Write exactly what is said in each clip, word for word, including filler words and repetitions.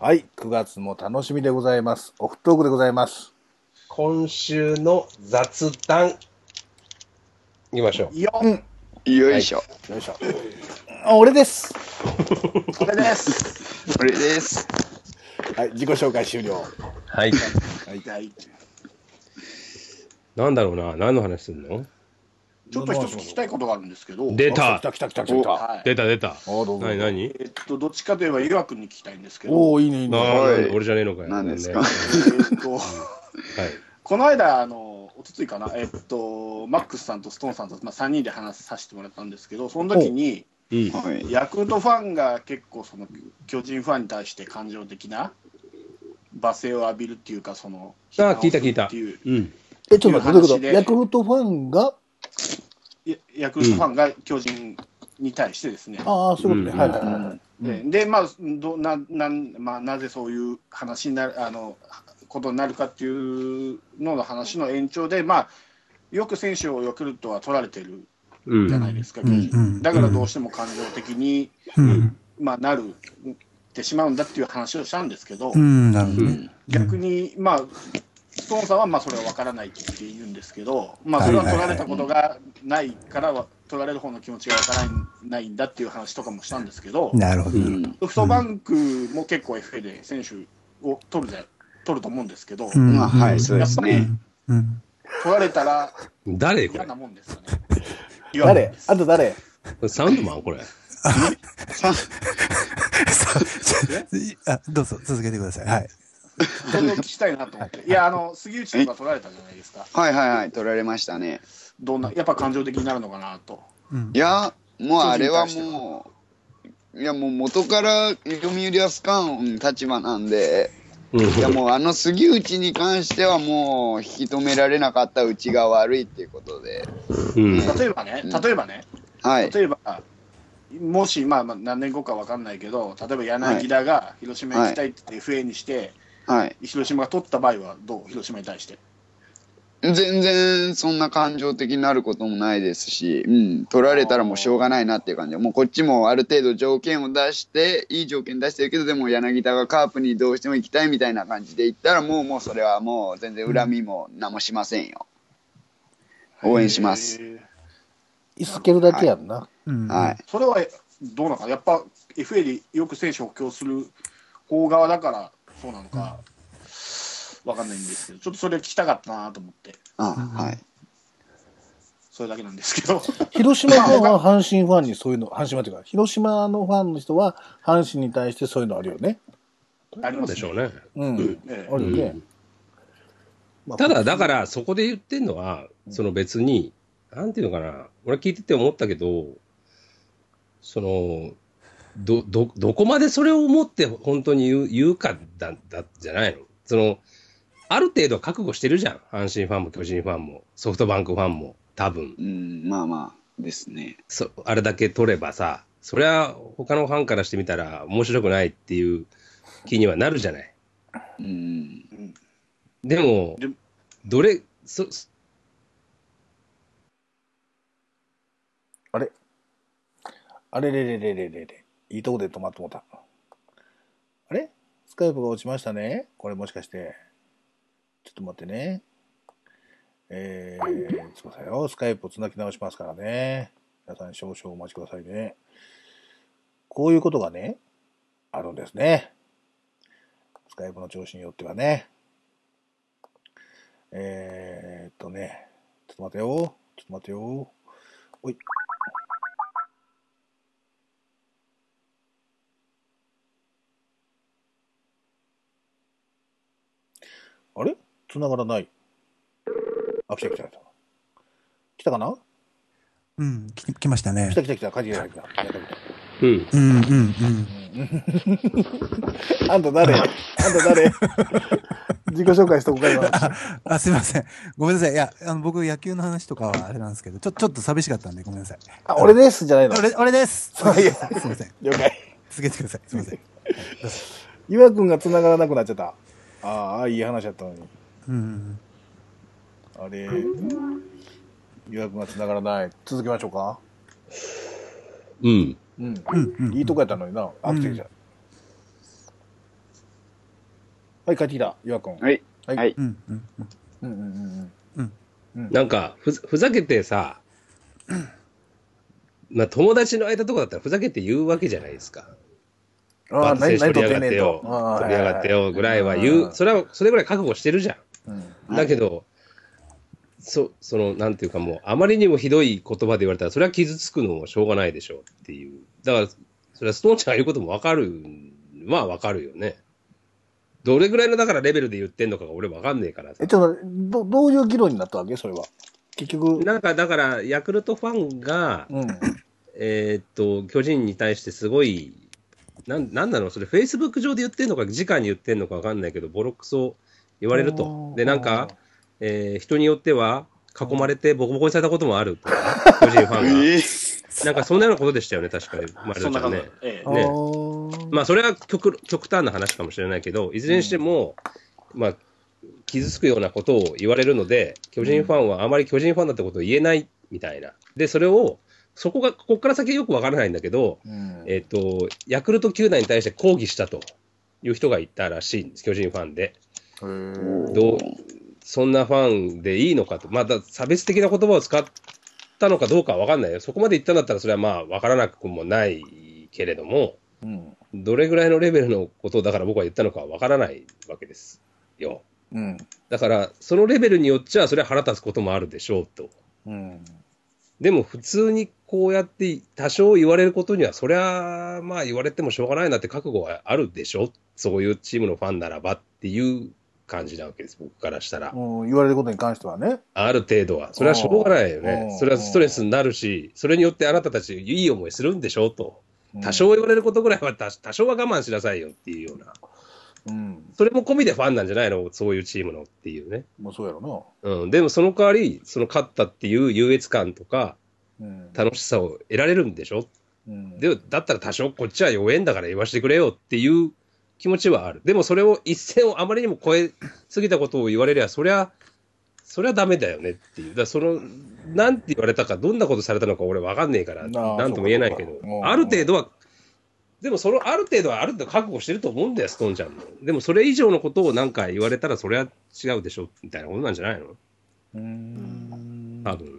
はい、くがつも楽しみでございます。オフトークでございます。 今週の雑談いきましょう。 よ、うん、 よいしょ、はい、よいしょ。あ、俺です。 俺です。俺です。 はい、自己紹介終了。 はい。はい。はい、なんだろうな、何の話するの？ ちょっと一つ聞きたいことがあるんですけど。 出た。 来た来た来た来た来た。 はい、出た出た。何何？ えっとどっちかといえばゆわくんに聞きたいんですけど。 おお、いいねいいね。 俺じゃねえのかよ。 何ですか？えっと、はい。この間あのおとついかな、えっとマックスさんとストーンさんとまあさんにんで話させてもらったんですけど、その時に、うん、ヤクルトファンが結構その巨人ファンに対して感情的な罵声を浴びるっていうか、そのあ聞いた聞いた。うん。 え、ちょっと待って、どういうこと？ヤクルトファンがヤクルトファンが巨人に対してですね。 うん、ああ、そういうことね。はいはいはい。 で、でまあどななまあなぜそういう話になるあのことになるかっていうのの話の延長で、まあよく選手をヤクルトは取られてるじゃないですか、巨人、うん、だからどうしても感情的に、うんまあ、なるってしまうんだっていう話をしたんですけど、うんなるほどね、逆にまあストーンさんはまあそれは分からないって言うんですけど、まあ、それは取られたことがないからは取られる方の気持ちが分からないんだっていう話とかもしたんですけど、 なるほど、 ソフトバンクも結構 エフエー で選手を取るぜ取ると思うんですけど、 うんまあはい、そうですね、 うん、 取られたら誰これ嫌なもんですよね。 誰？あと誰？ サウンドマンこれ。 あ、どうぞ続けてください。はい。 それを聞きたいなと思って。いや、あの杉内とか取られたじゃないですか。 はいはいはい、取られましたね。 どんな、やっぱ感情的になるのかなと。 うん、いや、もうあれはもう、いやもう元から読売はスカン立場なんで、いやもうあの杉内に関してはもう引き止められなかったうちが悪いっていうことで。 うん、例えばね、例えばね、 うん、はい、 例えば、もし、まあ、まあ何年後か分かんないけど、例えば柳田が広島行きたいって言って エフエー にして、はい、広島が取った場合はどう？広島に対して全然そんな感情的になることもないですし、うん、取られたらもうしょうがないなっていう感じで、もうこっちもある程度条件を出していい条件出してるけど、でも柳田がカープにどうしても行きたいみたいな感じで言ったらもうもうそれはもう全然恨みも何もしませんよ、うん、応援します。 いすけるだけやんな、 はいうんはい、 それはどうなのか、やっぱ エフエー でよく選手を補強する方側だからそうなのかわかんないんですけど、ちょっとそれ聞きたかったなと思って。 あ、はい。 それだけなんですけど。 広島ファンは阪神ファンにそういうの、阪神ファンというか、広島のファンの人は阪神に対してそういうのあるよね。 ありますでしょうね。 うん。うん、あるよね。 まあ、ただ、だからそこで言ってんのは、その別に、なんていうのかな、俺聞いてて思ったけど、その、ど、ど、どこまでそれを思って本当に言う、言うかだ、だ、じゃないの。その、ある程度覚悟してるじゃん。阪神ファンも巨人ファンもソフトバンクファンも多分。 うん、まあまあですね。 そ、あれだけ取ればさ、それは他のファンからしてみたら面白くないっていう気にはなるじゃない。 うん。 でも、どれ、そ、 あれあれれれれれれれ。いいとこで止まってもた。あれスカイプが落ちましたね。これもしかして。ちょっと待ってね。えー、すいませんよ。スカイプをつなぎ直しますからね。皆さん少々お待ちくださいね。こういうことがね、あるんですね。スカイプの調子によってはね。えーっとね、ちょっと待てよ。ちょっと待てよ。おい。あれ繋がらない。あ、来た来た来た。来たかな？ うん、来、来ましたね。 来た来た来た。帰ってきた帰ってきた。 うん。 うんうんうん。 あんた誰？あんた誰？自己紹介しとこうか今。 あ, あ、すいません。ごめんなさい。いや、あの、僕野球の話とかはあれなんですけど、ちょ、ちょっと寂しかったんでごめんなさい。 あ、俺ですじゃないの？ 俺、俺です。 そういや。 すいません。 了解。 続けてください。すいません。 岩くんが繋がらなくなっちゃった。ああ、いい話だったのに。 うん。 あれ、岩くんが繋がらない。続けましょうか。 うん。 うん。うん。いいとこやったのにな。アクセルじゃ。 はい、帰ってきた、岩君。 はい。 はい。 はい。 うんうんうんうんうんうんうんうん。 なんかふざ、ふざけてさ、まあ友達の間とかだったらふざけて言うわけじゃないですか。 ああ、 バット選何、 手取りやが何とってんねんとってよ。、 ああ取りやがってよぐらいは言う、 はいはいはいそれは、それぐらい覚悟してるじゃうん。 ん。だけど、そ、その、なんていうかもう、あまりにもひどい言葉で言われたら、それは傷つくのもしょうがないでしょうっていう。だから、それはストーンちゃんが言うこともわかる、まあわかるよね。どれぐらいのだからレベルで言ってんのかが俺わかんねえからさえ、ちょっと、ど、どういう議論になったわけそれは。結局。 なんかだから、ヤクルトファンが、 うん。 えーっと、巨人に対してすごい、なん、なんなのそれ、フェイスブック上で言ってんのか、直に言ってんのかわかんないけど、ボロクソ言われると。で、なんか、えー人によっては、囲まれてボコボコにされたこともあるとか、巨人ファンが。 えー、 なんかそんなようなことでしたよね、確かに、マルそんな感じドちゃんね。。 ええねあーまあ、それは極極端な話かもしれないけど、いずれにしても、まあ、傷つくようなことを言われるので、巨人ファンはあまり巨人ファンだってことを言えないみたいな。で、それを、そこが、ここから先はよくわからないんだけど、 うんえっ、と、ヤクルト球団に対して抗議したという人がいたらしいんです、巨人ファンで。 へーどう、そんなファンでいいのかと。また、差別的な言葉を使ったのかどうかはわかんないよ。そこまで言ったんだったら、それはまあ、わからなくもないけれども、 うん。 どれぐらいのレベルのことをだから僕は言ったのかはわからないわけですよ。 うん。 だから、そのレベルによっちゃ、それは腹立つこともあるでしょうと。 うん。 でも、普通にこうやって多少言われることには、そりゃ、まあ言われてもしょうがないなって覚悟はあるでしょ。そういうチームのファンならばっていう感じなわけです、僕からしたら。 うん、言われることに関してはね。 ある程度は。それはしょうがないようんね。それはストレスになるし、それによってあなたたちいい思いするんでしょうと。 うん多少言われることぐらいは多多少は我慢しなさいよっていうような。 うん。 それも込みでファンなんじゃないのそういうチームのっていうね。 もうそうやろうん。でもその代わり、その勝ったっていう優越感とかな。うん。 楽しさを得られるんでしょうん。 で、だったら多少こっちは弱えんだから言わせてくれよっていう気持ちはある。でもそれを一線をあまりにも超えすぎたことを言われりゃ、そりゃ、そりゃダメだよねっていう。だからその、なんて言われたか、どんなことされたのか俺わかんねえから、 なあなんとも言えないけどそうかそう、かある程度は、でもそのある程度はある程度覚悟してると思うんだよ、ストーンちゃんも。でもそれ以上のことをなんか言われたら、それは違うでしょ、みたいなことなんじゃないのうーん。 多分。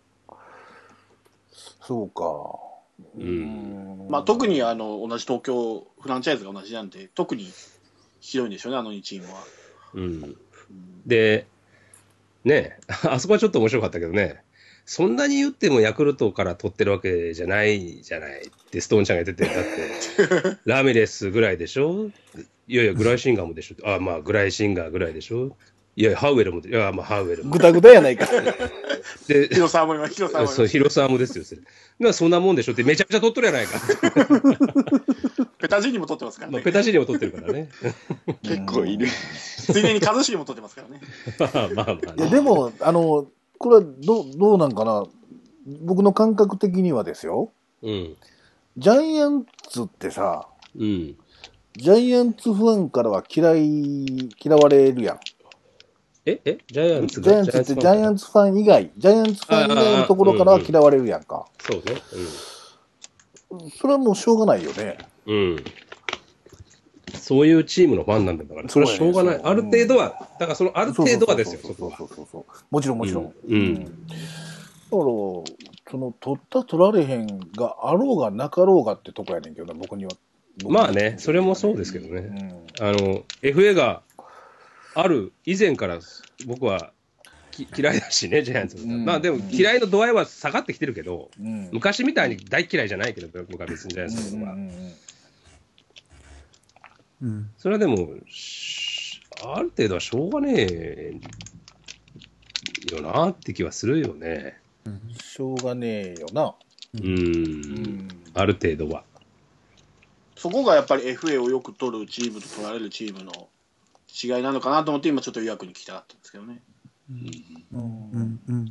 そうか。 うんんまあ、特にあの同じ東京フランチャイズが同じなんで、特にひどいんでしょうね、あのにチームは。 うん。で、ねえ、あそこはちょっと面白かったけどね、そんなに言ってもヤクルトから取ってるわけじゃないじゃないってストーンちゃんが言ってて、だって、ラミレスぐらいでしょいやいや、グライシンガーもでしょあ、まあ、グライシンガーぐらいでしょいやいや、ハウエルもで、いや、まあ、ハウエルも。 ぐだぐだやないか。 で、 広沢もいます、広沢もいます。 そう、広沢もですよ、それ。まあ、そんなもんでしょって、めちゃくちゃ取っとるやないか。 ペタジーニも取ってますからまあ、 ね。 ペタシリも取ってるからね。 結構いる。 ついでに一茂も取ってますからね。 まあまあまあ、 いや、でも、あの、これはどう、どうなんかな。僕の感覚的にはですよ。 うん。 ジャイアンツってさ、 うん。 ジャイアンツファンからは嫌い、嫌われるやん。 ええジャイアンツジャイアンツってジャイアンツファン以外、ジャイアンツファン以外のところからは嫌われるやんか。 そうね。 それはもうしょうがないよね。 うん。うん。そういうチームのファンなんだから、それはしょうがない。 そうやねある程度は、だからそのある程度はですよ、 そそうこは。 そうそうそう。もちろんもちろん。 うんうんだから、その、取った取られへんがあろうがなかろうがってとこやねんけどな、僕には。 まあね、それもそうですけどうね。 ん。 あの、エフエー がある以前から僕はき嫌いだしね、ジャイアンツも。 うんまあでも嫌いの度合いは下がってきてるけど、 うん。 昔みたいに大嫌いじゃないけど、僕は別にジャイアンツのことが。 うん。 それはでも、しある程度はしょうがねえよなって気はするよね。 しょうがねえよな。 う。 うんん。 ある程度は。 そこがやっぱり エフエー をよく取るチームと取られるチームの違いなのかなと思って、今ちょっと予約に聞きたかったんですけどね。 うんうん。うん。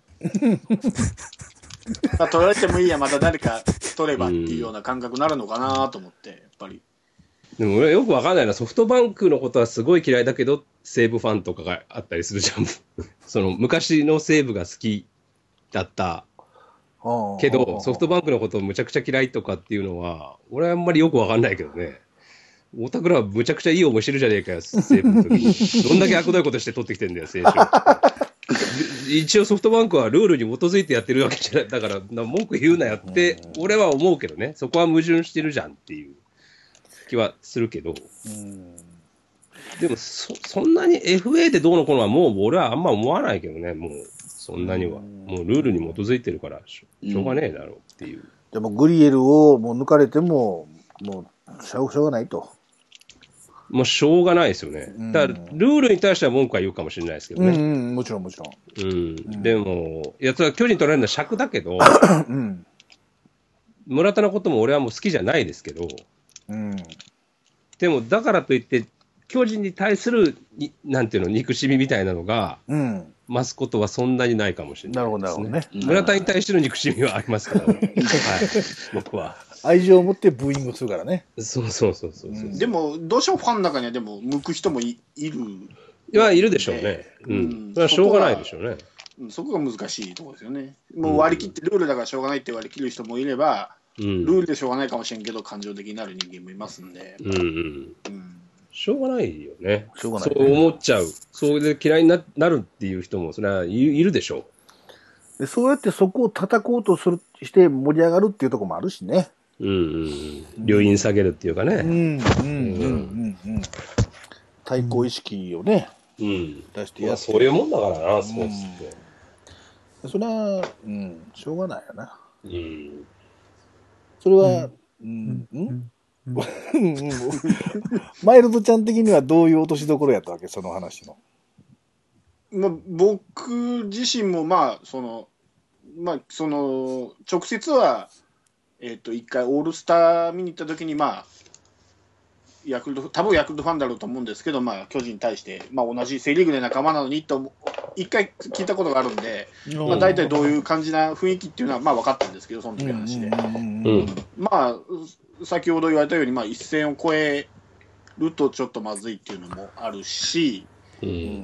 まあ、取られてもいいや、また誰か取ればっていうような感覚になるのかなと思って、やっぱり。 でも俺はよくわかんないな、ソフトバンクのことはすごい嫌いだけど、西武ファンとかがあったりするじゃん。その昔の西武が好きだったけど、ソフトバンクのことをむちゃくちゃ嫌いとかっていうのは、俺はあんまりよくわかんないけどね。 太田クラブむちゃくちゃいい思いしてるじゃねえかよ、西武の時に。どんだけ悪どいことして取ってきてんだよ、選手。一応ソフトバンクはルールに基づいてやってるわけじゃない。だから、文句言うなよって、俺は思うけどね。そこは矛盾してるじゃんっていう気はするけど。うんでもそ、そんなに エフエー でどうのこうのはもう俺はあんま思わないけどね、もうそんなには。もうルールに基づいてるからしょ、しょうがねえだろうっていう。 でもグリエルをもう抜かれても、もうしょうがないと。 もうしょうがないですよね。だからルールに対しては文句は言うかもしれないですけどね。 うん、うん、もちろんもちろん。 うん。でも、いや、それは巨人取られるのは尺だけど、うん、村田のことも俺はもう好きじゃないですけど、うん、でもだからといって、巨人に対するに、なんていうの、憎しみみたいなのが、うん、増すことはそんなにないかもしれないですね。なるほど、なるほどね。村田に対しての憎しみはありますから、ね、はい、僕は。 愛情を持ってブーイングするからね。 そうそうそうそう、うん。 でも、どうしてもファンの中にはでも、向く人も い, いる。いや、いるでしょうね。うん。それはしょうがないでしょうね。 そこが難しいところですよね。もう割り切って、ルールだからしょうがないって割り切る人もいれば、うん、ルールでしょうがないかもしれんけど、感情的になる人間もいますんで。うんうん。 うんしょうがないよね。しょうがない、ね。そう思っちゃう。それで嫌いに な, なるっていう人も、それはい、いるでしょう。でそうやってそこを叩こうとするして盛り上がるっていうところもあるしね。 うんうん。留飲下げるっていうかね。うんうんうんうんうん。対抗意識をね、うん、出してやる。そういうもんだからな、スポーツって。 うん、それは、うん、しょうがないよな。うん。それは、うん、うん、うんマイルドちゃん的にはどういう落としどころやったわけその話の。 まあ、僕自身もまあそのまあその直接はえっと一回オールスター見に行った時にまあヤクルト多分ヤクルトファンだろうと思うんですけどまあ巨人に対してまあ同じセリーグで仲間なのにと一回聞いたことがあるんで、まあ大体どういう感じな雰囲気っていうのはまあ分かったんですけどその時の話で、まあ先ほど言われたように、まあ、一線を越えるとちょっとまずいっていうのもあるし、うん、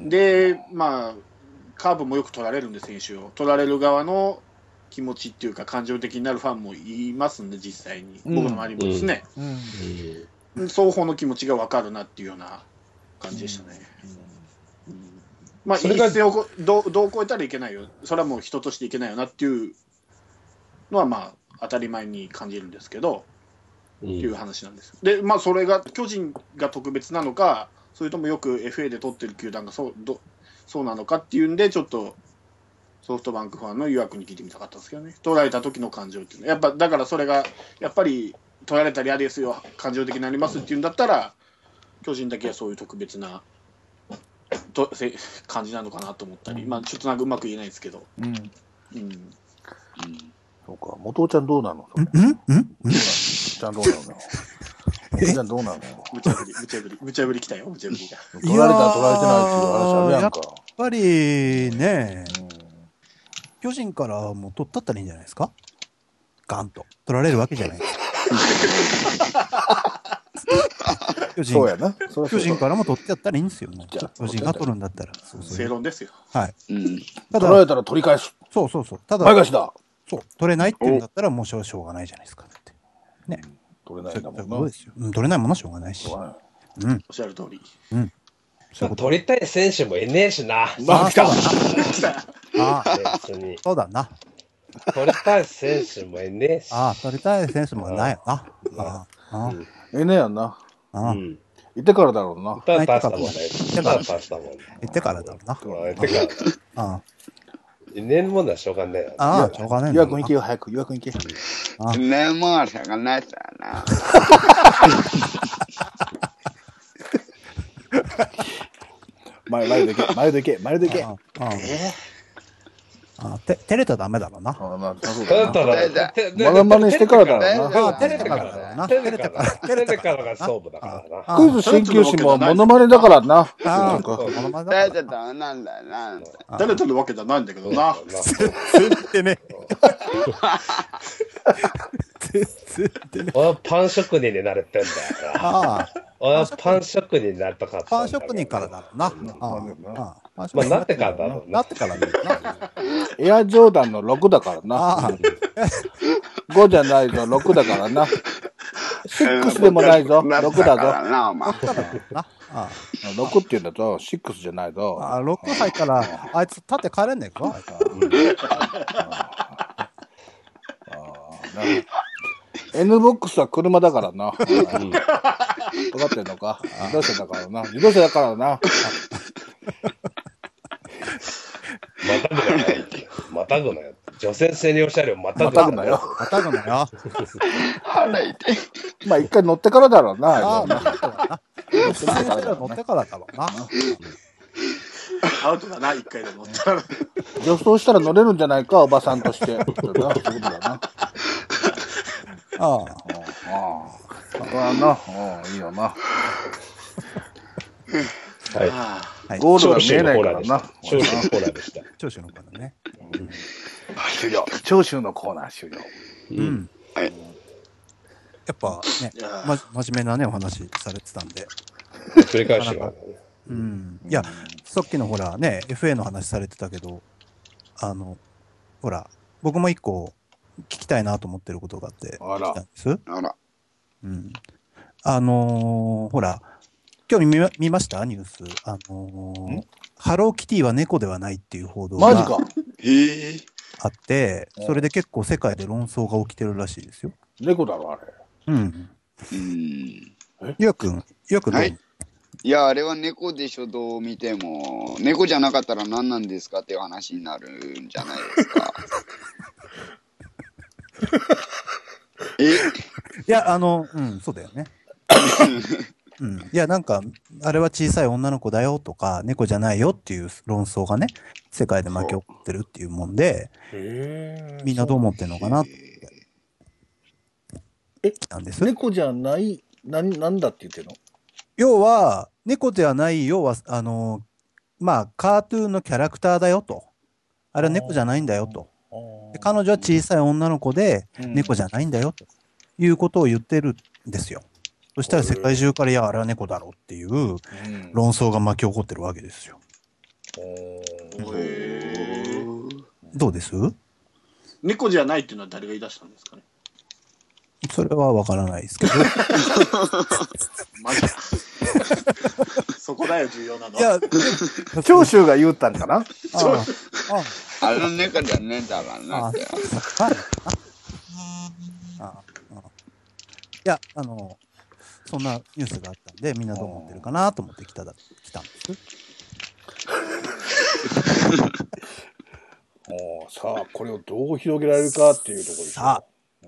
で、まあ、カーブもよく取られるんで、選手を。取られる側の気持ちっていうか、感情的になるファンもいますんで、実際に。僕の周りもですね。うんうん、双方の気持ちが分かるなっていうような感じでしたね。うんうん、まあ、一線をどう、どう越えたらいけないよ。それはもう人としていけないよなっていうのは、まあ、当たり前に感じるんですけど、っていう話なんです。で、まあ、それが巨人が特別なのか、それともよく エフエー で取ってる球団がそうどそうなのかっていうんで、ちょっとソフトバンクファンの誘惑に聞いてみたかったんですけどね、取られた時の感情っていうのは、やっぱだからそれが、やっぱり取られたら嫌ですよ、感情的になりますっていうんだったら、巨人だけはそういう特別なとせ感じなのかなと思ったり、まあ、ちょっとなんかうまく言えないですけど。うんうんうんそうか、元ちゃんどうなの？ んんんちゃんどうなの？元ちゃんどうなの？ 無茶ぶり、無茶ぶり、無茶ぶり来たよ、無茶ぶりが。 取られた、取られてないっていう話あるやんか。 やっぱりね、うん、巨人からもう取ったったらいいんじゃないですか？ガンと。取られるわけじゃない。巨人そうやな。 そ巨人からも取ってやったらいいんですよ。巨人が取るんだったら。 そうそう正論ですよ。 はい。 うん、ただ取られたら取り返す。 そうそうそう。ただ、 前貸しだ。 そう。取れないっていうんだったらもうしょうがないじゃないですか。って。ね。 取れないんだもんな。 そうですよ。うん。取れないものはしょうがないし。 うん。おっしゃる通り。 うん。 まあ、取りたい選手もいねえしな。 まあ、来た。 ああ、別に。そうだな。 取りたい選手もいねえし。 ああ、取りたい選手もないよな。ああ。 えねえやんな。 ああ。 行ってからだろうな。 行ってからだもんね。行ってからだろうな。 行ってからだ。ああ。いねえもんだしょうがねえよ。 ああ、しょうがねえ。 岩君行けよ、早く。岩君行け。 いねえもんはしょうがないさな。 前、前で行け、前で行け、前で行け。 ああ。あ、て、照れたらダメだろうな。 ああ、な、そうだな。 まだまねしてからだろうな。 ああ、照れてからだよな。照れてから。 照れてからが勝負だからな。 クイズ鍼灸師もモノマネだからな。 ああ、モノマネだ。 照れてたらなんだよな。 照れてるわけじゃないんだけどな。 全然ね。全然ね。 俺はパン職人になれてんだよな。 ああ。 俺はパン職人になりたかった。 パン職人からだろうな。ああ。まあ、なってからだろうな。なってからだろうな。 エアジョーダンのろくだからな。ごじゃないとろくだからな。 ろくでもないぞ。ろくだぞ。 な、お前。 な。あろくって言うんだとろくじゃないぞ。 あ、ろく入ったら、あいつ立って帰れんねんか、あいつは。 N ボックスは車だからな。分かってんのか。自動車だからな。自動車だからな。 またぐなよ。またぐなよ。女性専用車両またぐなよ。 またぐなよ。 腹痛い。 まあ一回乗ってからだろうな。 ああ、乗ってからな。女性専用車両乗ってからだろうな。 アウトだな、一回で乗ったら。 女装したら乗れるんじゃないか、おばさんとして。そういうことだな。 ああ。 ああ。それはな。いいよな。 はい。 ゴールが見えないからな。 長州のコーナーでした。 長州のコーナーね。 終了。長州のコーナー終了。 うん。やっぱね、ま、真面目なね、お話されてたんで。 繰り返しが。 うん。いや、さっきのほらね、エフエー の話されてたけど、あの、ほら、僕も一個聞きたいなと思ってることがあって、 あら。 聞いたんです。 あら。 うん。あのー、ほら、今日見ま見ましたニュース。あのー、ハローキティは猫ではないっていう報道がマジか。 へえ。 あって、それで結構世界で論争が起きてるらしいですよ。 猫だろ、あれ。 うん。 うん。 ゆうくん、ゆうくんどう、 はい、いや、あれは猫でしょ、どう見ても。猫じゃなかったら何なんですかっていう話になるんじゃないですか。えいや、あの、うん、そうだよね。うん、いや、なんか、あれは小さい女の子だよとか、猫じゃないよっていう論争がね、世界で巻き起こってるっていうもんで、みんなどう思ってんのかなって。 え、 なんです。 猫じゃない、な、なんだって言ってるの？ 要は、猫ではない、要は、あの、まあ、カートゥーンのキャラクターだよと。あれは猫じゃないんだよと。で彼女は小さい女の子で、猫じゃないんだよということを言ってるんですよ。そしたら世界中から、いや、あれは猫だろうっていう論争が巻き起こってるわけですよ。どうです？ 猫じゃないっていうのは誰が言い出したんですかね？ それはわからないですけど。 マジか。そこだよ、重要なの。 いや、 長州が言ったんかな？ ああの猫じゃねえんだからなって。 いや、あの、そんなニュースがあったんで、みんなどう思ってるかなと思ってきただ、来たんです。 おさあ、これをどう広げられるかっていうところですよ。 さあ、 うん、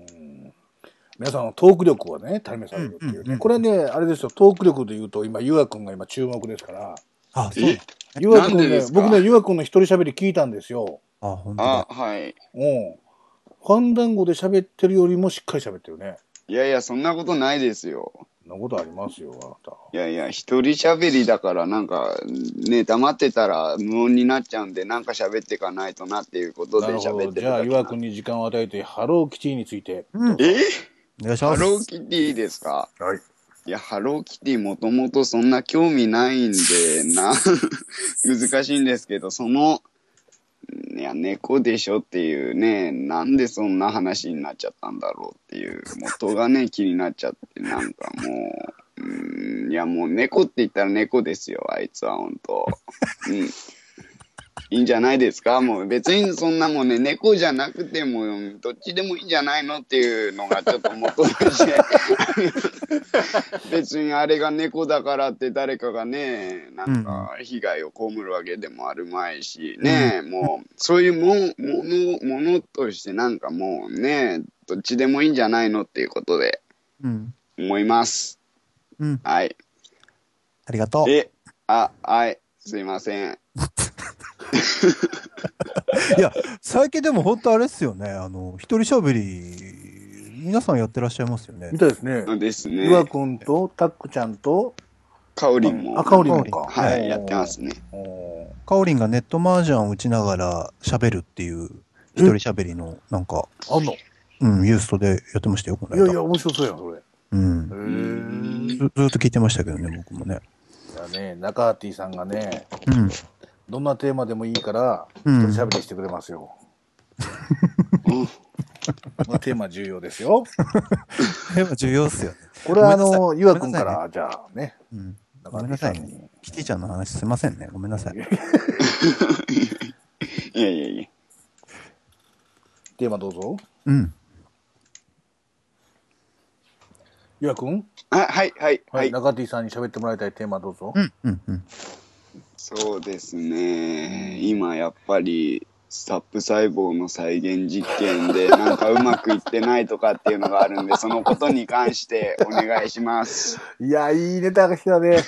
皆さんのトーク力はね、試されるっていうね。うんうんうん、これね、あれですよ、トーク力で言うと、今、ゆあくんが今注目ですから。 あ、そう。 ゆあくんね、僕ね、ゆあくんの一人喋り聞いたんですよ。 あ、本当だ。 あ、はい。 うん。ファンダンゴで喋ってるよりもしっかり喋ってるね。 いやいや、そんなことないですよ。 そんなことありますよ、あなた。 いやいや、一人喋りだから、なんか、ね、黙ってたら無音になっちゃうんで、なんか喋っていかないとなっていうことで喋ってるだけな。 じゃあ、ゆあくんに時間を与えて、ハローキティについて。 うん、 えお願いします。 ハローキティですか？ はい。 いや、ハローキティもともとそんな興味ないんで、な、難しいんですけど、その、いや、猫でしょっていうね、なんでそんな話になっちゃったんだろうっていう、元がね、気になっちゃって、なんかもう、うん、いや、もう猫って言ったら猫ですよ、あいつは、ほんと。うん。いいんじゃないですか？もう別にそんなもんね、猫じゃなくても、どっちでもいいんじゃないのっていうのがちょっと元だし、別にあれが猫だからって誰かがね、なんか被害を被るわけでもあるまいし、ね、うん、もうそういうもの、もの、ものとしてなんかもうね、どっちでもいいんじゃないのっていうことで、思います。 うん。 はい。 ありがとう。 え、あ、はい、すいません。 いや、最近でも本当あれっすよね。あの、一人喋り、皆さんやってらっしゃいますよね。 みたいですね。 ですね。 ゆあくんと、たっくちゃんと、 かおりんも。 あ、かおりんもか。 はい、やってますね。 かおりんがネット麻雀を打ちながら喋るっていう、一人喋りの、なんか、 あんの？ うん、ユーストでやってましたよ、この間。 いやいや、面白そうやん、それ。 うん。ず, ずっと聞いてましたけどね、僕もね。 いやね、中ティさんがね、 うん。 どんなテーマでもいいから、一人喋りしてくれますよ。 うん、 まあ、テーマ重要ですよ。 テーマ重要っすよね。 これはあごめんなの、 さいゆわくんから、じゃあね。 うん。ごめんなさいね。キティちゃんの話すいませんね。ごめんなさい。 いやいやいや。 テーマどうぞ。 うん。 ゆわくんあ、はい、はい、 は、 はいい。 中 T さんに喋ってもらいたいテーマどうぞ。 うん、うん、うん。 そうですね。今やっぱり、スタップ細胞の再現実験でなんかうまくいってないとかっていうのがあるんで、そのことに関してお願いします。 いや、いいネタが来たね。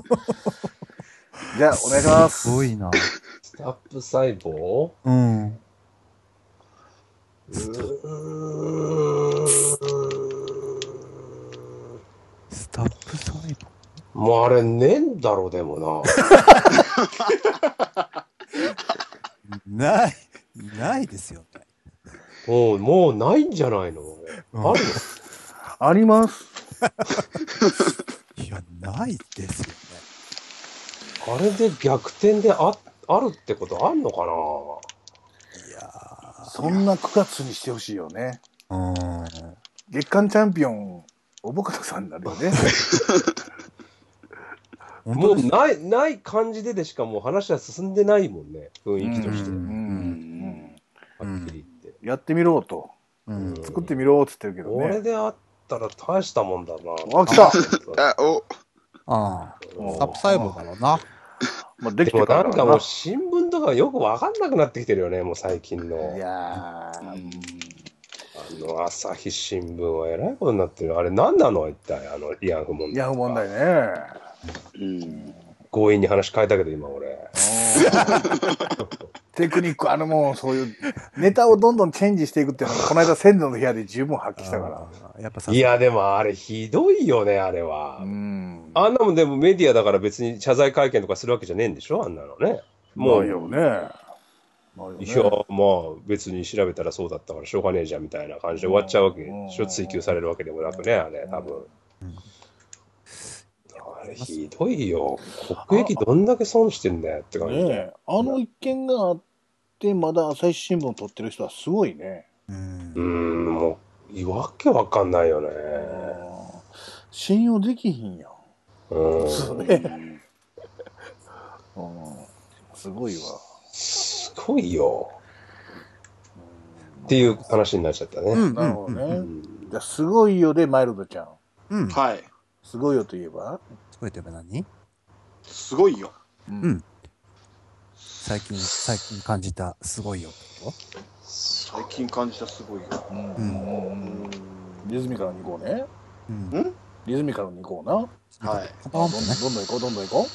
じゃあ、お願いします。 すごいな。 スタップ細胞うん。 うーん。 スタップ細胞もうあれねえんだろ、でもな。 ない、ないですよね。 もう、もうないんじゃないの、 うんあるあります。 いや、ないですよね。 あれで逆転であ、あるってことあんのかいやそんなくがつにしてほしいよね。 ー。うん。 月間チャンピオン、おぼかたさんになるよね。 なもうない、ない感じででしかもう話は進んでないもんね、雰囲気として。 ううんん。 はっきり言って。 やってみろと。 うん。 作ってみろって言ってるけどね。 これであったら大したもんだな。 あ、来た。 あ、お、 ああ。 うんスタップ細胞だろうな。 まあ、できでもてからだななんかもう新聞とかよくわかんなくなってきてるよね、もう最近の。 いやー、 あの、朝日新聞はえらいことになってる。あれ何なの一体、あの、慰安婦問題。 ヤフ問題ね。 うん。 強引に話変えたけど、今俺。 テクニック、あのもうそういう、ネタをどんどんチェンジしていくっていうのが、この間、仙台の部屋で十分発揮したから。 あーやっぱさいや、でもあれひどいよね、あれは。 うん。 あんなもんでもメディアだから別に謝罪会見とかするわけじゃねえんでしょあんなのね。もう、 ないよね。ないよねいや、まあ別に調べたらそうだったからしょうがねえじゃんみたいな感じで終わっちゃうわけでしょ、追及されるわけでもなくね、あれ、多分。あれひどいよ。国益どんだけ損してんだよって感じで。 ねえ、あの一件があって、まだ朝日新聞を取ってる人はすごいね。 うんうーん、もう、わけわかんないよね。 信用できひんやん。 うん。 そうね。うんすごいわ。 すごいよ。っていう話になっちゃったね。 うんなるほどね。 うんじゃあ、すごいよで、マイルドちゃん。 うん。 はい。 すごいよといえばすごいといえば何？ すごいよ。 ううんん。最近、最近感じたすごいよってこ最近感じたすごいよ。 うんううんんうんリズミカルに行こうね。 と？うん。 んリズミカルに行こうな。 はい。 パパンとね。 どんどん行こう、どんどん行こ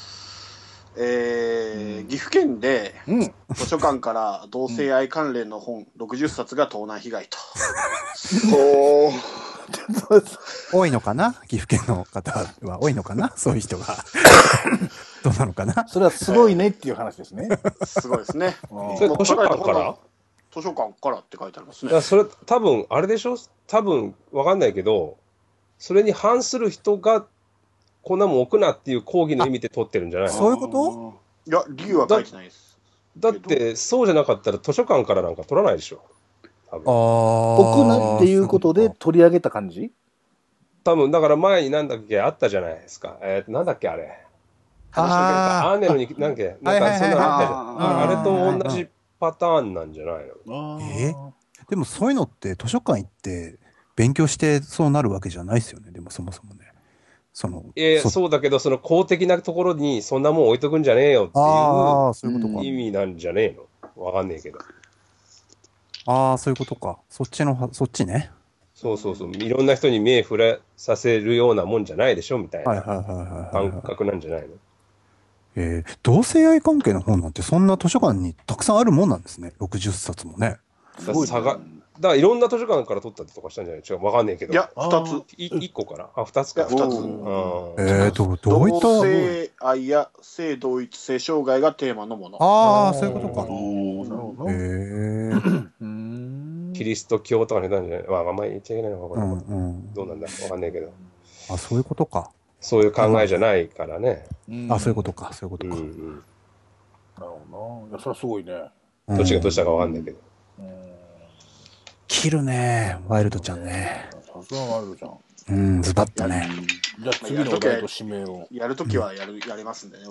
えー、岐阜県でう。うん。 図書館から同性愛関連の本ろくじゅっさつが盗難被害と。 おー。 多いのかな？岐阜県の方は多いのかな？そういう人が。どうなのかな？ それはすごいねっていう話ですね。 すごいですね。 うんそれ図書館から図書館からって書いてありますねいや、。それ多分、あれでしょ多分、わかんないけど、それに反する人が、こんなもん置くなっていう抗議の意味で取ってるんじゃないのそういうこといや、理由は書いてないです。 だって、そうじゃなかったら図書館からなんか取らないでしょ多分。 ああ。 置くなっていうことで取り上げた感じ多分、だから前になんだっけあったじゃないですか。えー、なんだっけあれ。 あアーネルに、なんか、なんかそんなのあったじゃん。 はいはいはいはいあれと同じパターンなんじゃないのえでもそういうのって図書館行って勉強してそうなるわけじゃないですよね。でもそもそもね。その。 えー、 そそうだけど、その公的なところにそんなもん置いとくんじゃねえよってああ、そういうことか。 いう意味なんじゃねえのわかんねえけど。 ああ、そういうことか。そっちのは、そっちね。 そうそうそう。いろんな人に目触れさせるようなもんじゃないでしょみたいなはいはいはいはいはい、 感はい。 覚なんじゃないのえー、同性愛関係の本なんてそんな図書館にたくさんあるもんなんですね。ろくじゅっさつもね。 すごいね差が、だからいろんな図書館から取ったりとかしたんじゃない違う、わかんねえけど。 いや、 あー二つ。 い一個からあ、二つか。 いや二つうんえー、どどういった。 同性愛や性同一性障害がテーマのもの。 ああ、そういうことか。 なるほど。 へえー。 うんキリスト教とかになるんじゃないまあ、あんまり言っちゃいけないのかこれ、 うんうん。 どうなんだわかんないけど。 あ、そういうことか。 そういう考えじゃないからね。 あ、そういうことか。そういうことか。 うんうん。 なるほどな。いや、それはすごいね。 うんどっちがどっちだかわかんないけど。 うん切るね、ワイルドちゃんね。 さすがワイルドちゃん。 うん、ズバッとね。 じゃあ次のお題と指名を。 やるときはやる、やりますんでね、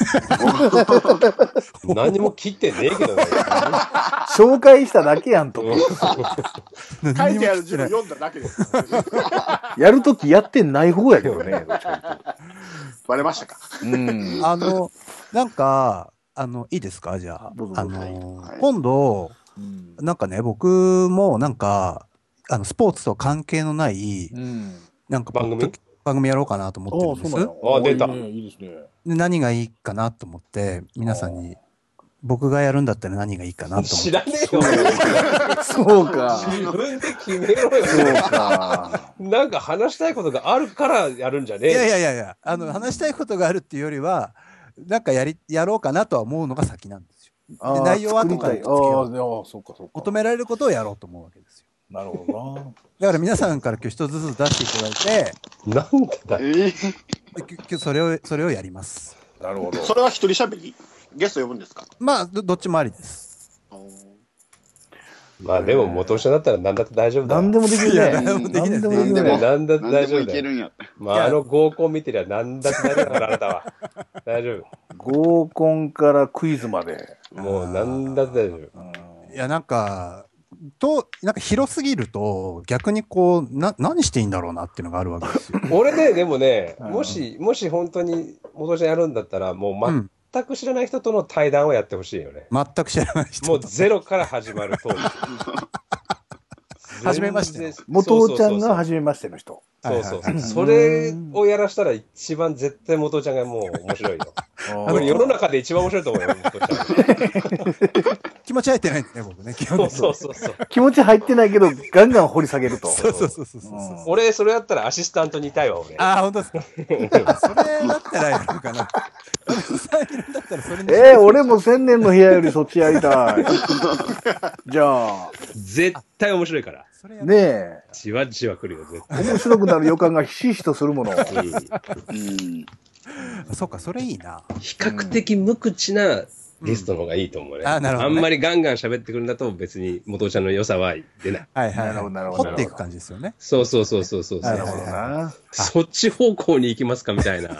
僕何も切ってねえけどね。 紹介しただけやんと。 書いてある字を読んだだけです。 やるときやってない方やけどね。 バレましたか。 うん。 あの、なんか、あの、いいですかじゃあ。あの、今度、なんかね、僕もなんか、あの、スポーツと関係のない、うん、なんか番組番組やろうかなと思ってるんです。 ああ、出た。 いいですね。 で、何がいいかなと思って、皆さんに、僕がやるんだったら何がいいかなと思って。 知らねえよ。 そうか。 自分で決めろよ。 そうか。 なんか話したいことがあるからやるんじゃねえよ。 いやいやいやいや、あの、話したいことがあるっていうよりは、なんかやり、やろうかなとは思うのが先なんですよ。で、内容は後からつけよう。求められることをやろうと思うわけですよ。 なるほどな。 だから皆さんから今日一つずつ出していただいて、 なんでだよ。 今日それを、それをやります。 なるほど。 それは一人喋りゲスト呼ぶんですか？ まあ、ど, どっちもありです。 まあでも元押しだったら何だって大丈夫だよ。 何でもできるね。 何でもできるね。 何だって大丈夫だよ。 いけるんや。 まああの合コン見てりゃ何だって大丈夫だからあなたは。大丈夫。 合コンからクイズまで。 もう何だって大丈夫。 いや、なんか、と、なんか広すぎると、逆にこう、な、何していいんだろうなっていうのがあるわけですよ。 俺ね、でもね、もし、もし本当に元押しやるんだったら、もう全く知らない人との対談をやってほしいよね。 全く知らない人。 もうゼロから始まると。 はじめまして。 元ちゃんがはじめましての人。 そうそうそう。それをやらしたら一番絶対元ちゃんがもう面白いよ。これ世の中で一番面白いと思うよ、元ちゃん。 気持ち入ってないんですね、僕ね。 そうそうそうそう。 気持ち入ってないけど、ガンガン掘り下げると。 そうそうそうそう。 俺、それやったらアシスタントにいたいわ、俺。 ああ、本当ですか。それだったらやるかな。 えー、俺も千年の部屋よりそっちやりたい。じゃあ。 絶対面白いから。 ねえ。 じわじわ来るよ、絶対。 面白くなる予感がひしひしとするもの。うん。 そうか、それいいな。 比較的無口なゲストの方がいいと思うね。 うん、あ、なるほど、 ね。あんまりガンガン喋ってくるんだと別に元ちゃんの良さは出ない。 はいはい。なるほど、なるほど。掘っていく感じですよね。 そうそうそうそうそう。 なるほどな。 そっち方向に行きますかみたいな。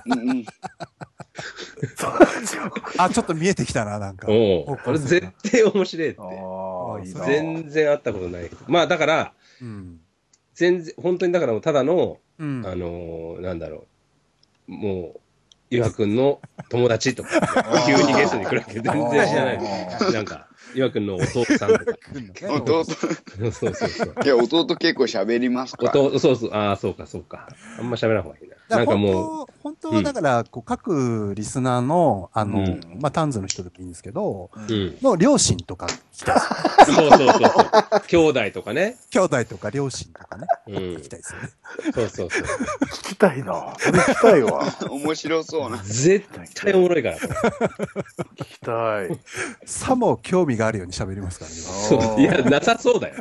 あ、ちょっと見えてきたな、なんか。 おう。これ絶対面白いって。全然会ったことない。まあだから、うん、全然、本当にだからただの、うん、あのー、なんだろう、もう、岩くんの友達とか、急にゲストに来るわけ全然知らない。なんか、岩くんのお父さんとか。 弟そうそうそう。 いや、弟結構喋りますから。 弟、そうそう、ああ、そうか、そうか。あんま喋らん方がいいな。なんかもう。 本当はだから、こう、各リスナーの、あの、うん、まあ、タンズの人でもいいんですけど、うん、の両親とか聞きたい。 そうそうそうそう。兄弟とかね。 兄弟とか両親とかね。うん、聞きたいですよね。 そうそうそう。 聞きたいな。それ聞きたいわ。 面白そうな。 絶対おもろいから。 聞きたい。 さも興味があるように喋りますからね。 そういや、なさそうだよ。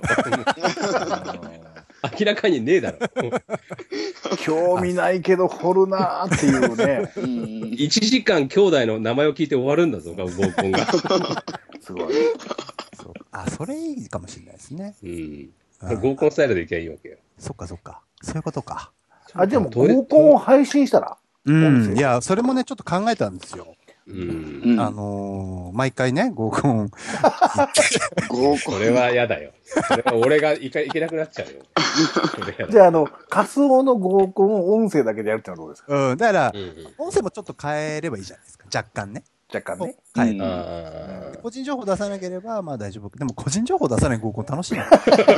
明らかにねえだろ。 興味ないけど掘るなーっていうね。 いちじかん兄弟の名前を聞いて終わるんだぞ、合コンが。 すごい。 あ、それいいかもしれないですね。 うん。合コンスタイルでいけばいいわけよ。 そっかそっか。そういうことか。 あ、でも合コンを配信したらうん。いや、それもね、ちょっと考えたんですよ。 うん、 あのー、毎回ね、合コン。 合コン。 それは嫌だよ。それは俺が行か行けなくなっちゃうよ。 じゃあ、あの、仮想の合コンを音声だけでやるってのはどうですか？ うん。だから、うんうん、音声もちょっと変えればいいじゃないですか。若干ね。 若干ね。 はい。うん、個人情報出さなければ、まあ大丈夫。でも、個人情報出さない合コン楽しいな。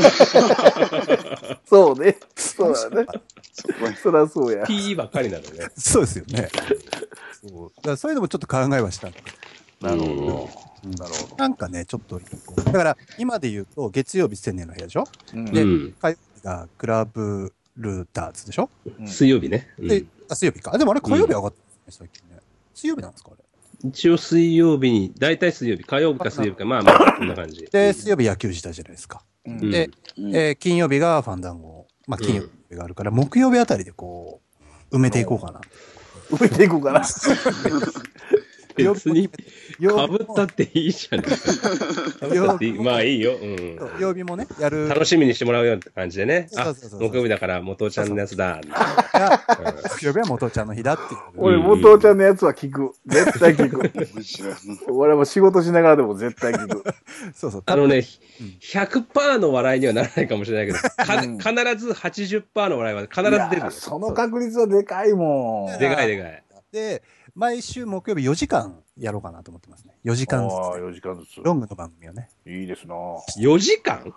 そうね。そうだね。そりゃそうや。 ピーばっかりなのね。 そうですよね。そうだからそういうのもちょっと考えはした。 なるほど。うん、なるほど。 なんかね、ちょっと、だから今で言うと、月曜日千年の部屋でしょ、うん、で、火曜日がクラブルーターズでしょ、 うん、水曜日ね。 で、あ、水曜日か。でもあれ火曜日上がってるね、最近ね。水曜日なんですかあれ。 一応水曜日に、大体水曜日、火曜日か水曜日か、まあまあ、こんな感じ。 で、水曜日野球自体じゃないですか。うん、で、うん、えー、金曜日がファンダンゴ。まあ、金曜日があるから、うん、木曜日あたりでこう、埋めていこうかな。 埋めていこうかな。 別に、かぶったっていいじゃないか。かぶったっていい。まあいいよ。うん。 曜日もね、やる。 楽しみにしてもらうような感じでね。 あ、 木曜日だから元ちゃんのやつだ。 木曜日は元ちゃんの日だっていう。 俺、元ちゃんのやつは聞く。絶対聞く。俺も仕事しながらでも絶対聞く。 そうそう。 あのね、ひゃくパーセントの笑いにはならないかもしれないけど、必ず はちじゅっパーセントの笑いは必ず出るよ。 その確率はでかいもん。 でかいでかい。 で、毎週木曜日よじかんやろうかなと思ってますね。よじかんずつ、ね。 ああ、よじかんずつ。 ロングの番組をね。 いいですな。 よじかん ?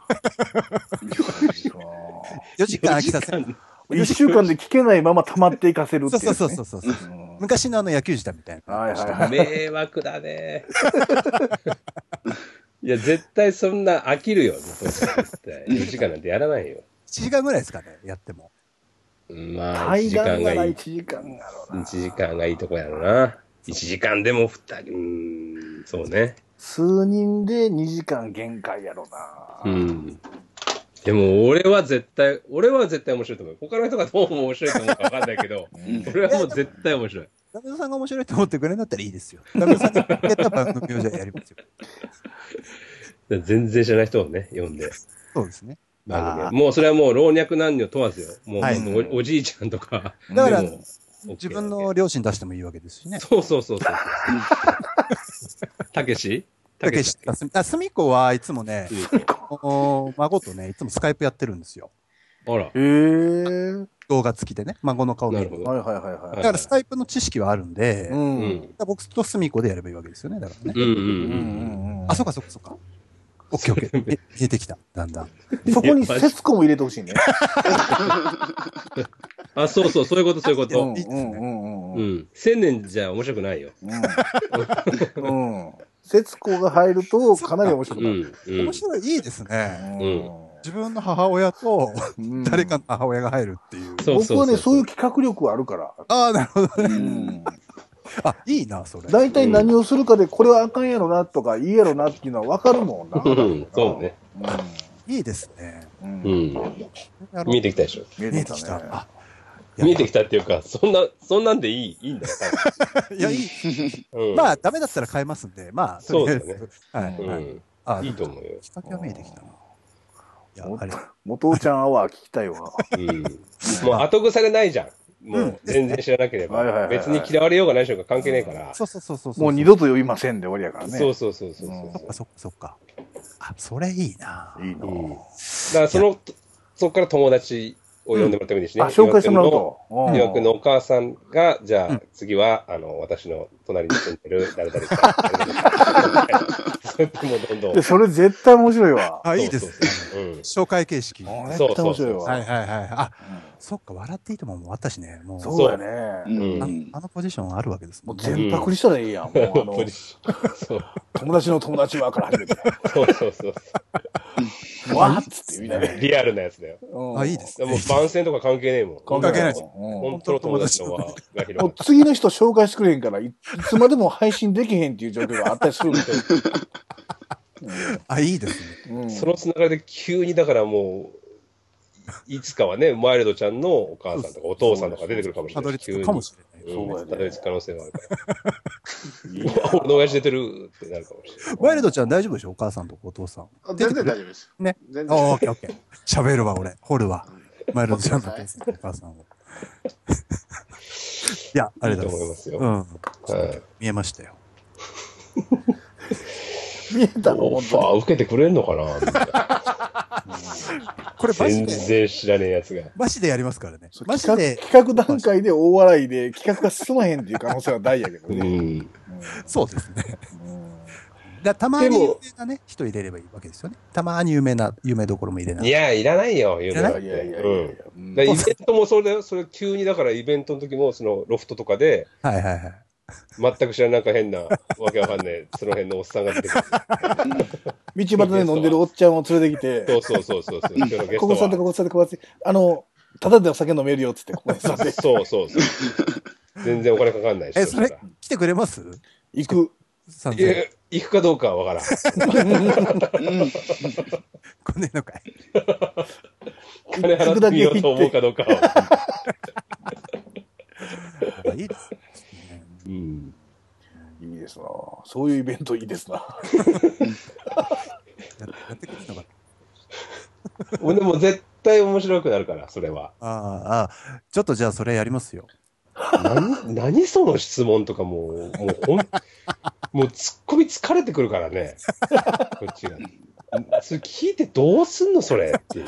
よじかん飽きさせる。 いっしゅうかんで聞けないまま溜まっていかせるっていう、ね。 そうそうそうそう。うん、昔のあの野球自体みたいな。 はいはいはい。 迷惑だね。いや、絶対そんな飽きるよ。絶対。よじかんなんてやらないよ。いちじかんぐらいですかね、やっても。 まあ、いちじかんがいい。 いちじかんやろな。 いちじかんがいいとこやろな。いちじかんでもふたり、うーん、そうね。 数人でにじかん限界やろな。 うん。でも、俺は絶対、俺は絶対面白いと思う。他の人がどうも面白いと思うか分かんないけど、俺はもう絶対面白い。 ダメさんが面白いと思ってくれるんだったらいいですよ。ダメさんが言った番組をじゃあやりますよ。全然知らない人をね、読んで。 そうですね。 まあ、もうそれはもう老若男女問わずよ。もう、はい、お, おじいちゃんとか。 だから、自分の両親出してもいいわけですしね。 そうそうそうそう。たけしたけし。あ、すみこはいつもね、孫とね、いつもスカイプやってるんですよ。 あら。へえ。 動画付きでね、孫の顔見る。 はいはいはいはい。 だからスカイプの知識はあるんで、 うん、 僕とすみこでやればいいわけですよね、だからね。 うんうんうん。 あ、そうかそうかそうか。オッケーオッケー。見えてきた、だんだん。 そこに節子も入れてほしいね。 あ、そうそう、そういうこと、そういうこと。 うんうんうんうん。千年じゃ面白くないよ。 うん。うん。節子が入るとかなり面白くなる。 面白い、いいですね。うん。自分の母親と誰かの母親が入るっていう。 僕はね、そういう企画力はあるから。 ああ、なるほどね。あ、いいな、それ。 大体何をするかで、これはあかんやろなとか、いいやろなっていうのは分かるもんな。 そうね。 いいですね。 うん。見えてきたでしょ。 見えてきたね。 見えてきたっていうか、そんな、そんなんでいい、いいんだよ。 いや、いい。まあ、ダメだったら変えますんで、まあ、 そうですね。 はい。 いいと思うよ。 きっかけは見えてきたな。 元ちゃんアワー聞きたいわ。 うん。もう後腐れないじゃん。もう全然知らなければ。別に嫌われようがないしようが関係ないから。 そうそうそうそう。 もう二度と呼びませんで終わりやからね。 そうそうそうそう。 そっかそっか。あ、それいいな。 いいな。だからその、そっから友達を呼んでもらってもいいしね。 紹介してもらうと。 岩君のお母さんが、じゃあ次は、あの、私の隣に住んでる誰々さん。そうやってもうどんどん。 それ絶対面白いわ。 あ、いいですね。紹介形式。 絶対面白いわ。 はいはいはい。あ、そっか、笑っていいとももうあったしね。もう。 そうやね。 あのポジションあるわけですもん。もう全パクリしたらいいやん。もうあの、友達の友達はから始めて。 そうそうそう。 わーっつってみんなリアルなやつだよ。 あ、いいです。 もう番宣とか関係ねえもん。 関係ないです。 本当の友達の輪が広がる。 次の人紹介してくれへんから、いつまでも配信できへんっていう状況があったりするんですよ。 あ、いいですね。そのつながりで急にだからもう、いつかはね、マイルドちゃんのお母さんとかお父さんとか出てくるかもしれない。 たどり着くかもしれない。 そうだね。たどり着く可能性があるから。俺の親父出てるってなるかもしれない。 マイルドちゃん大丈夫でしょお母さんとお父さん。 全然大丈夫です。 ね。オッケーオッケー。喋るわ、俺。掘るわ。マイルドちゃんとお父さんとお母さんを。いや、ありがとうございますよ。うん。見えましたよ。 見えたのオファー受けてくれんのかなこれマジで全然知らねえやつが。 マジでやりますからね。 マジで。企画段階で大笑いで企画が進まへんっていう可能性は大やけどね。うん、 そうですね。だたまに有名なね、人入れればいいわけですよね。たまに有名な、有名どころも入れない。 いや、いらないよ、有名な。いやいやいやいや。うん。イベントもそれだよ。それ急にだからイベントの時も、そのロフトとかで、 はいはいはい。 全く知らなんか変な、わけわかんない、その辺のおっさんが出てくる。 道端で飲んでるおっちゃんを連れてきて、 そうそうそうそう。 ここ座って、ここ座って、ここ座って、あの、ただでお酒飲めるよっつって、ここに座って。 そうそうそう。全然お金かかんないし。 え、それ、来てくれます？ 行く。 いや、行くかどうかはわからん。 こねのかい。 金払っていいよと思うかどうかは。 いいですね。 うん。 いいですな。そういうイベントいいですな。 ややってくれるのかな。 俺でも絶対面白くなるから、それは。 ああ、ちょっとじゃあそれやりますよ。 何、何その質問とかもう、もうほん、もうツッコミ疲れてくるからね。こっちが。それ聞いてどうすんのそれっていう。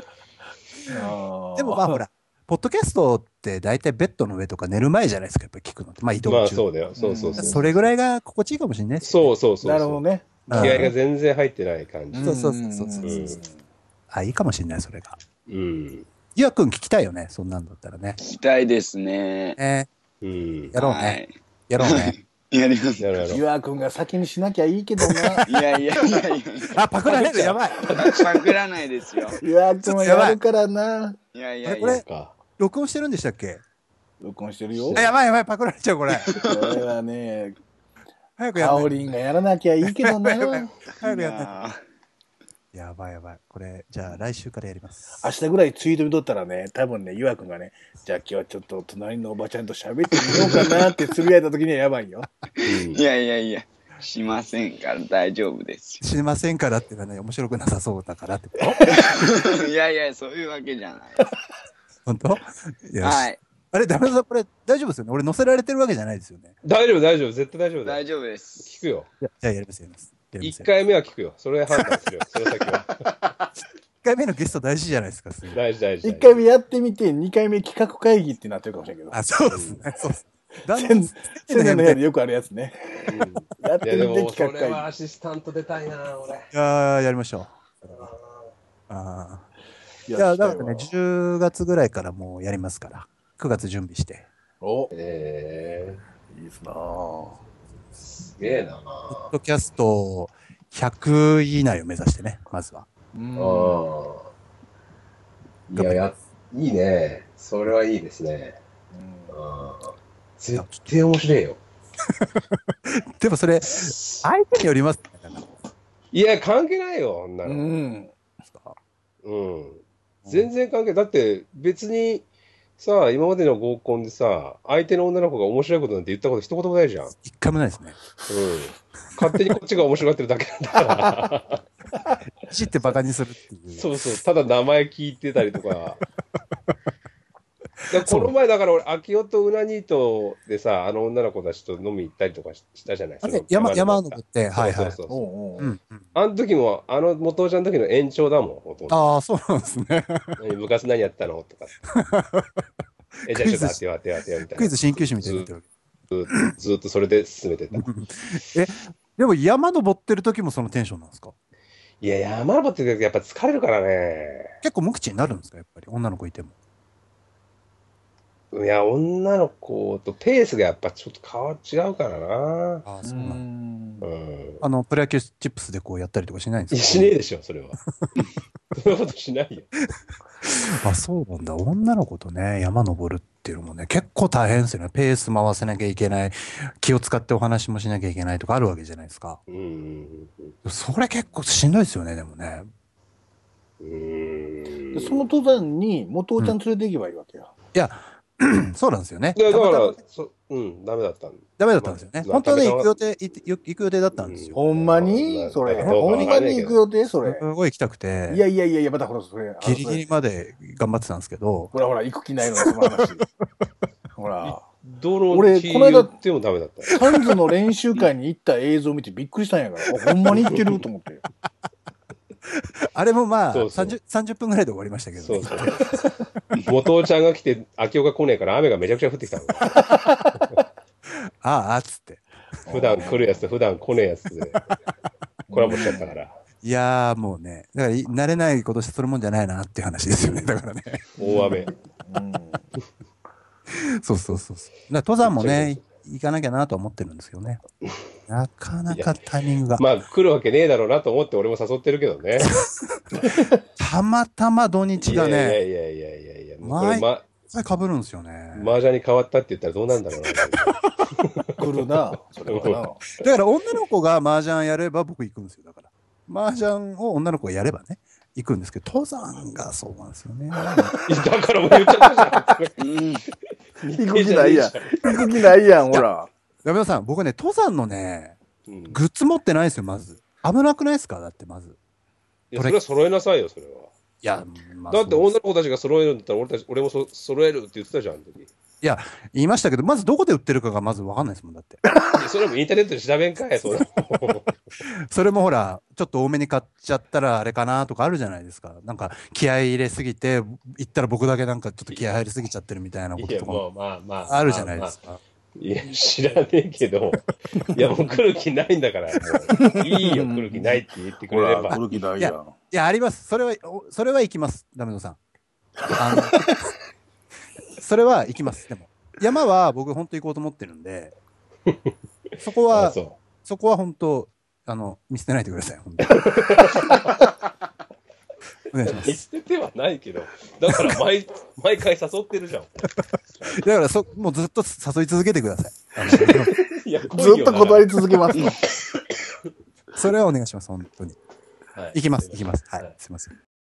でもまあほら、ポッドキャストって大体ベッドの上とか寝る前じゃないですか、やっぱり聞くのって。まあ移動中。 まあそうだよ。そうそうそう。 それぐらいが心地いいかもしれないですよね。そうそうそう。 なるほどね。 気合が全然入ってない感じ。 そうそうそうそうそう。あ、いいかもしれない、それが。 うん。 ゆうやくん聞きたいよね、そんなんだったらね。 聞きたいですね。 えー、うん。 やろうね。やろうね。 やります。 ゆうやくんが先にしなきゃいいけどな。 いやいやいやいや。 あ、パクられる、やばい。 パクらないですよ。 ゆうやくんはやるからな。 いやいやいや。 これ、録音してるんでしたっけ？ 録音してるよ。 あ、やばいやばい、パクられちゃう、これ。 これはね、 早くやらない。 カオリンがやらなきゃいいけどな。 早くやらない。やばいやばい。これ、じゃあ来週からやります。 明日ぐらいツイート見とったらね、多分ね、ゆうやくんがね、じゃあ今日はちょっと隣のおばちゃんと喋ってみようかなってつぶやいた時にはやばいよ。 いやいやいや、しませんから大丈夫ですよ。 しませんからっていうのはね、面白くなさそうだからってこといやいや、そういうわけじゃない。 本当？ はい。 あれ、ダメだ、これ大丈夫ですよね？俺載せられてるわけじゃないですよね。 大丈夫、大丈夫、絶対大丈夫だよ。 大丈夫です。 聞くよ。 じゃあやります、やります。 一回目は聞くよ。それ判断するよ。その先は。 一回目のゲスト大事じゃないですか。 大事大事。 一回目やってみて、二回目企画会議ってなってるかもしれんけど。 あ、そうですね。そうです。 千年の部屋でよくあるやつね。やってみて企画会議。 それはアシスタント出たいな、俺。 いややりましょう。ああ。いや、だからね、じゅうがつぐらいからもうやりますから。くがつ準備して。 おえー、いいですなぁ。 すげえな。 ポッドキャストひゃく以内を目指してね、まずは。 ああ。いや、や、いいね。それはいいですね。うん、絶対面白いよ。 でもそれ、相手によりますね。 いや、関係ないよ、女の。うん。うん。全然関係ない。だって別に、さあ、今までの合コンでさ、相手の女の子が面白いことなんて言ったこと一言もないじゃん。 一回もないですね。 うん。勝手にこっちが面白がってるだけなんだから。 いじってバカにするっていう。 そうそう。ただ名前聞いてたりとか。だこの前だから俺、秋代とうなにとでさ、あの女の子たちと飲み行ったりとかしたじゃないですか。 山、山登って、はいはい。 そうそうそう。うんうん、あの時も、あの元ちゃんの時の延長だもん。 ああ、そうなんですね。 部活何やったのとか。え、じゃあちょっと当てよう当てよう当てようみたいな。 クイズ鍼灸師みたいになってるわけ。ずっとそれで進めてた。 え、でも山登ってる時もそのテンションなんですか？ いや、山登ってる時やっぱ疲れるからね。 結構無口になるんですか？やっぱり女の子いても。 いや、女の子とペースがやっぱちょっと変わっ違うからな。 ああ、そうなんだ。うん。あの、プロ野球チップスでこうやったりとかしないんですか？ しねえでしょ、それは。そんなことしないよ。 あ、そうなんだ。女の子とね、山登るっていうのもね、結構大変ですよね。ペース回せなきゃいけない。気を使ってお話もしなきゃいけないとかあるわけじゃないですか。うん。それ結構しんどいですよね、でもね。 うん。その登山に元ちゃん連れて行けばいいわけよ。 いや、そうなんですよね。 だから、そうん、ダメだったんダメだったんですよね。本当はね、行く予定、行く予定だったんですよ。 ほんまにそれ。ほんまに行く予定それ。 すごい行きたくて。 いやいやいやいや、またほら、それ。 ギリギリまで頑張ってたんですけど。 ほらほら、行く気ないのよ、その話。ほら。 俺、この間、でもダメだった。 サンズの練習会に行った映像を見てびっくりしたんやから。ほんまに行ってると思って。 あれもまあ、さんじゅっぷんぐらいで終わりましたけど、ね。そうそう。 元ちゃんが来て、秋代が来ねえから雨がめちゃくちゃ降ってきたの。 ああ、つって。 普段来るやつと普段来ねえやつで、コラボしちゃったから。 いやーもうね、だから慣れないことするもんじゃないなっていう話ですよね、だからね。 大雨。 うん、そうそうそうそう。だから登山もね、行かなきゃなと思ってるんですけどね。なかなかタイミングが。 まあ来るわけねえだろうなと思って俺も誘ってるけどね。 たまたま土日がね。いやいやいやいやいやいや。 毎回被るんですよね。 麻雀に変わったって言ったらどうなんだろうな。 来るな。それはな。だから女の子が麻雀やれば僕行くんですよ。だから。麻雀を女の子がやればね。行くんですけど、登山がそうなんですよね。だからもう言っちゃったじゃん。 行く気ないやん。行く気ないやん、ほら。 山田さん、僕ね、登山のね、 うん、 グッズ持ってないですよ、まず。危なくないですかだってまず。 いや、それは揃えなさいよ、それは。 いや、 まあ、だって女の子たちが揃えるんだったら、俺たち、俺もそ揃えるって言ってたじゃん、あの時。 いや、言いましたけど、まずどこで売ってるかがまず分かんないですもん、だって。 それもインターネットで調べんかい、それそれもほら、ちょっと多めに買っちゃったらあれかなとかあるじゃないですか。なんか、気合い入れすぎて、行ったら僕だけなんかちょっと気合い入りすぎちゃってるみたいなこととかもあるじゃないですか。 いや、知らねえけど、いや、もう来る気ないんだから、もう、いいよ、来る気ないって言ってくれれば。 来る気ないやん。いや、あります。それは、それは行きます、ダメノさん。あのそれは行きます。でも、山は僕本当行こうと思ってるんで、そこは、そ, そこは本当、あの、見捨てないでください、本当お願いします。 見捨ててはないけど、だから毎、毎回誘ってるじゃん。 だからそ、もうずっと誘い続けてください。 いやずっと断り続けますの。 それはお願いします、本当に。 はい、 行きます、行きます。はい、すいません。